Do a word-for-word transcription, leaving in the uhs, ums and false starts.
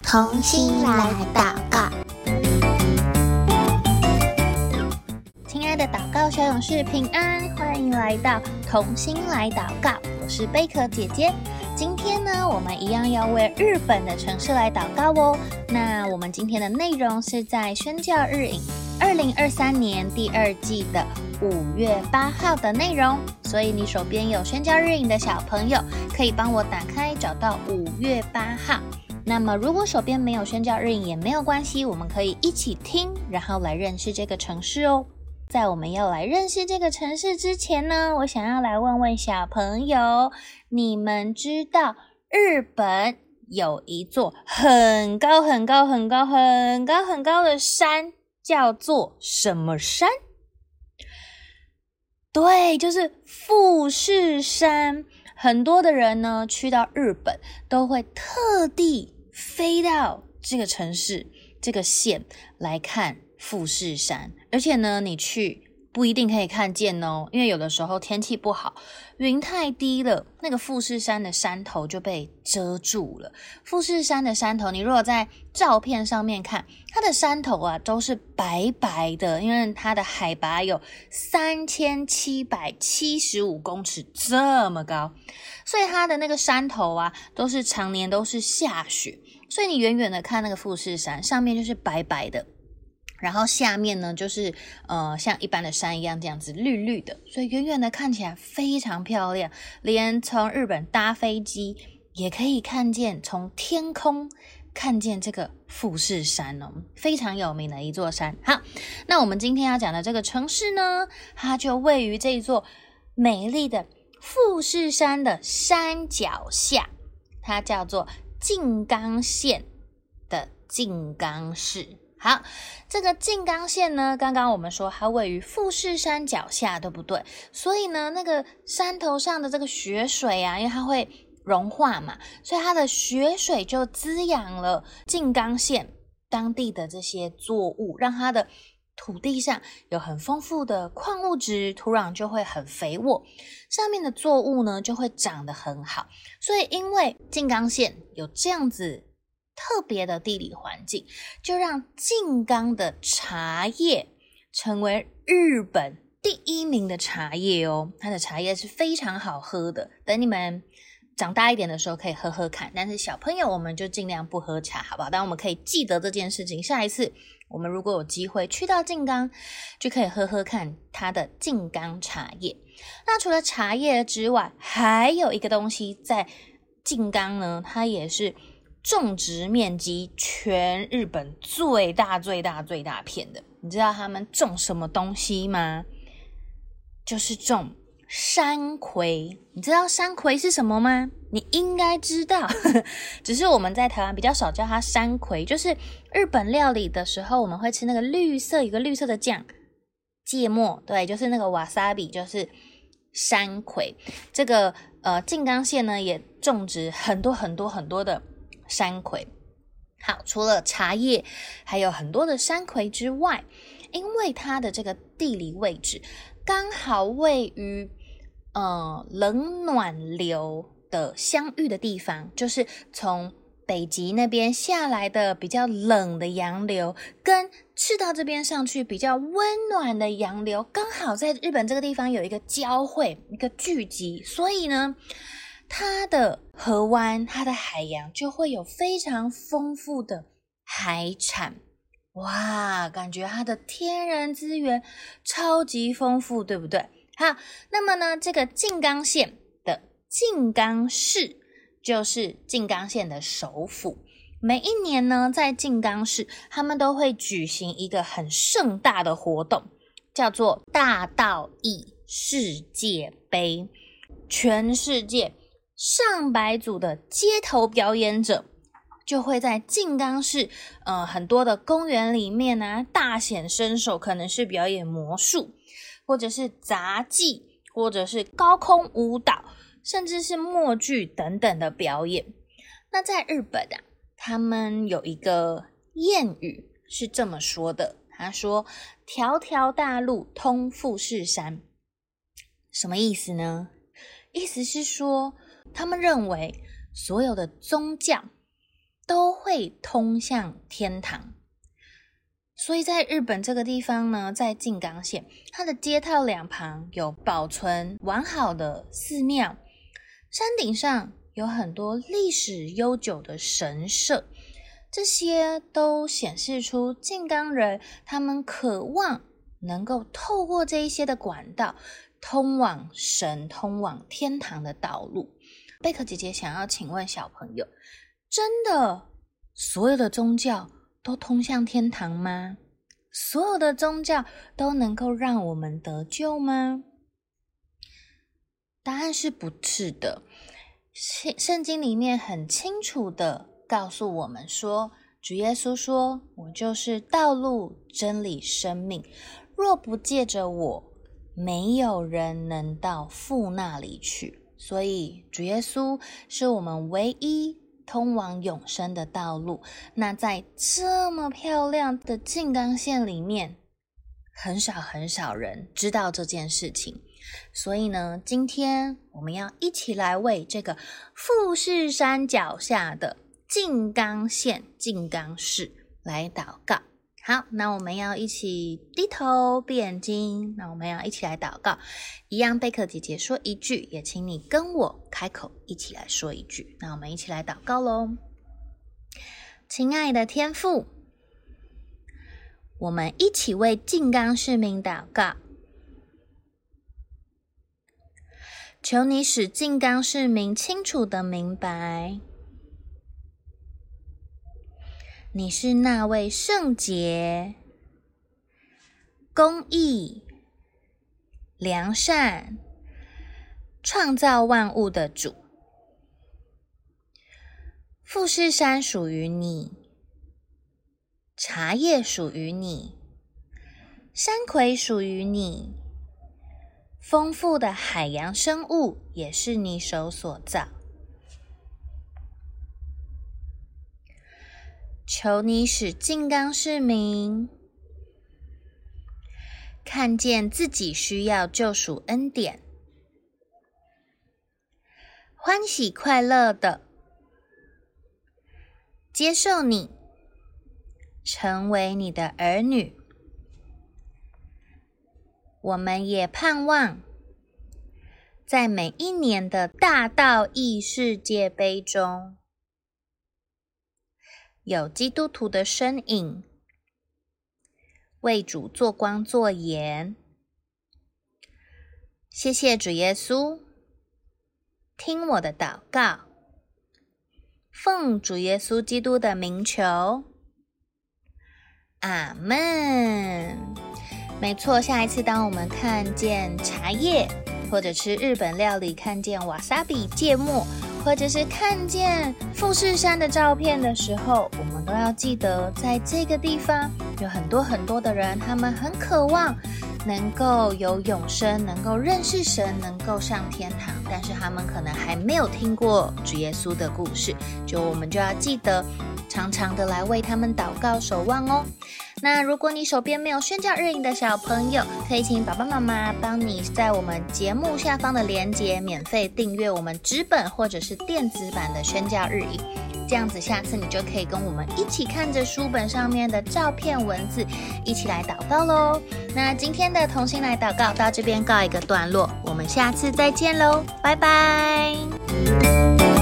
同心来祷告。 亲爱的祷告小勇士平安，欢迎来到同心来祷告，我是贝壳姐姐。今天呢，我们一样要为日本的城市来祷告哦。那我们今天的内容是在宣教日影二零二三年第二季的五月八号的内容，所以你手边有宣教日影的小朋友，可以帮我打开找到五月八号。那么如果手边没有宣教日影也没有关系，我们可以一起听，然后来认识这个城市哦。在我们要来认识这个城市之前呢，我想要来问问小朋友，你们知道日本有一座很高很高很高很高很高的山叫做什么山？对，就是富士山。很多的人呢去到日本都会特地飞到这个城市这个县来看富士山，而且呢你去不一定可以看见哦，因为有的时候天气不好，云太低了，那个富士山的山头就被遮住了。富士山的山头，你如果在照片上面看，它的山头啊都是白白的，因为它的海拔有三千七百七十五公尺这么高，所以它的那个山头啊都是常年都是下雪，所以你远远的看那个富士山，上面就是白白的，然后下面呢就是呃像一般的山一样这样子绿绿的，所以远远的看起来非常漂亮，连从日本搭飞机也可以看见，从天空看见这个富士山哦，非常有名的一座山。好，那我们今天要讲的这个城市呢，它就位于这一座美丽的富士山的山脚下，它叫做静冈县的静冈市。好，这个静冈县呢，刚刚我们说它位于富士山脚下，对不对？所以呢，那个山头上的这个雪水啊，因为它会融化嘛，所以它的雪水就滋养了静冈县当地的这些作物，让它的土地上有很丰富的矿物质，土壤就会很肥沃，上面的作物呢就会长得很好。所以因为静冈县有这样子特别的地理环境，就让静冈的茶叶成为日本第一名的茶叶哦。它的茶叶是非常好喝的，等你们长大一点的时候可以喝喝看，但是小朋友我们就尽量不喝茶，好不好？但我们可以记得这件事情，下一次我们如果有机会去到静冈，就可以喝喝看它的静冈茶叶。那除了茶叶之外，还有一个东西在静冈呢，它也是种植面积全日本最大最大最大片的。你知道他们种什么东西吗？就是种山葵。你知道山葵是什么吗？你应该知道只是我们在台湾比较少叫它山葵，就是日本料理的时候我们会吃那个绿色，有个绿色的酱芥末，对，就是那个 wasabi， 就是山葵。这个呃静冈县呢也种植很多很多很多的山葵。好，除了茶叶还有很多的山葵之外，因为它的这个地理位置刚好位于呃冷暖流的相遇的地方，就是从北极那边下来的比较冷的洋流跟赤道这边上去比较温暖的洋流，刚好在日本这个地方有一个交汇，一个聚集，所以呢它的河湾，它的海洋就会有非常丰富的海产。哇，感觉它的天然资源超级丰富，对不对？好，那么呢，这个静冈县的静冈市就是静冈县的首府。每一年呢，在静冈市，他们都会举行一个很盛大的活动，叫做大道艺世界杯。全世界上百组的街头表演者就会在静冈市呃很多的公园里面啊大显身手，可能是表演魔术，或者是杂技，或者是高空舞蹈，甚至是默剧等等的表演。那在日本啊，他们有一个谚语是这么说的，他说条条大路通富士山。什么意思呢？意思是说他们认为所有的宗教都会通向天堂。所以在日本这个地方呢，在静冈县，它的街道两旁有保存完好的寺庙，山顶上有很多历史悠久的神社，这些都显示出静冈人他们渴望能够透过这一些的管道通往神、通往天堂的道路。贝壳姐姐想要请问小朋友，真的所有的宗教都通向天堂吗？所有的宗教都能够让我们得救吗？答案是不是的。圣经里面很清楚的告诉我们说，主耶稣说，我就是道路、真理、生命，若不借着我，没有人能到父那里去。所以主耶稣是我们唯一通往永生的道路。那在这么漂亮的静冈县里面，很少很少人知道这件事情。所以呢，今天我们要一起来为这个富士山脚下的静冈县静冈市来祷告。好，那我们要一起低头闭眼睛，那我们要一起来祷告。一样，贝壳姐姐说一句，也请你跟我开口一起来说一句。那我们一起来祷告咯。亲爱的天父，我们一起为静冈市民祷告，求你使静冈市民清楚地明白，你是那位圣洁、公义、良善、创造万物的主。富士山属于你，茶叶属于你，山葵属于你，丰富的海洋生物也是你手所造。求你使静冈市民看见自己需要救赎恩典，欢喜快乐的接受你，成为你的儿女。我们也盼望在每一年的大道义世界杯中，有基督徒的身影为主做光做盐。谢谢主耶稣，听我的祷告，奉主耶稣基督的名求，阿们。没错，下一次当我们看见茶叶，或者吃日本料理看见瓦萨比芥末，或者是看见富士山的照片的时候，我们都要记得，在这个地方有很多很多的人，他们很渴望能够有永生，能够认识神，能够上天堂，但是他们可能还没有听过主耶稣的故事，就我们就要记得常常的来为他们祷告守望哦。那如果你手边没有宣教日营的小朋友，可以请爸爸妈妈帮你在我们节目下方的连结免费订阅我们纸本或者是电子版的宣教日营，这样子下次你就可以跟我们一起看着书本上面的照片文字一起来祷告咯。那今天的同心来祷告到这边告一个段落，我们下次再见咯，拜拜。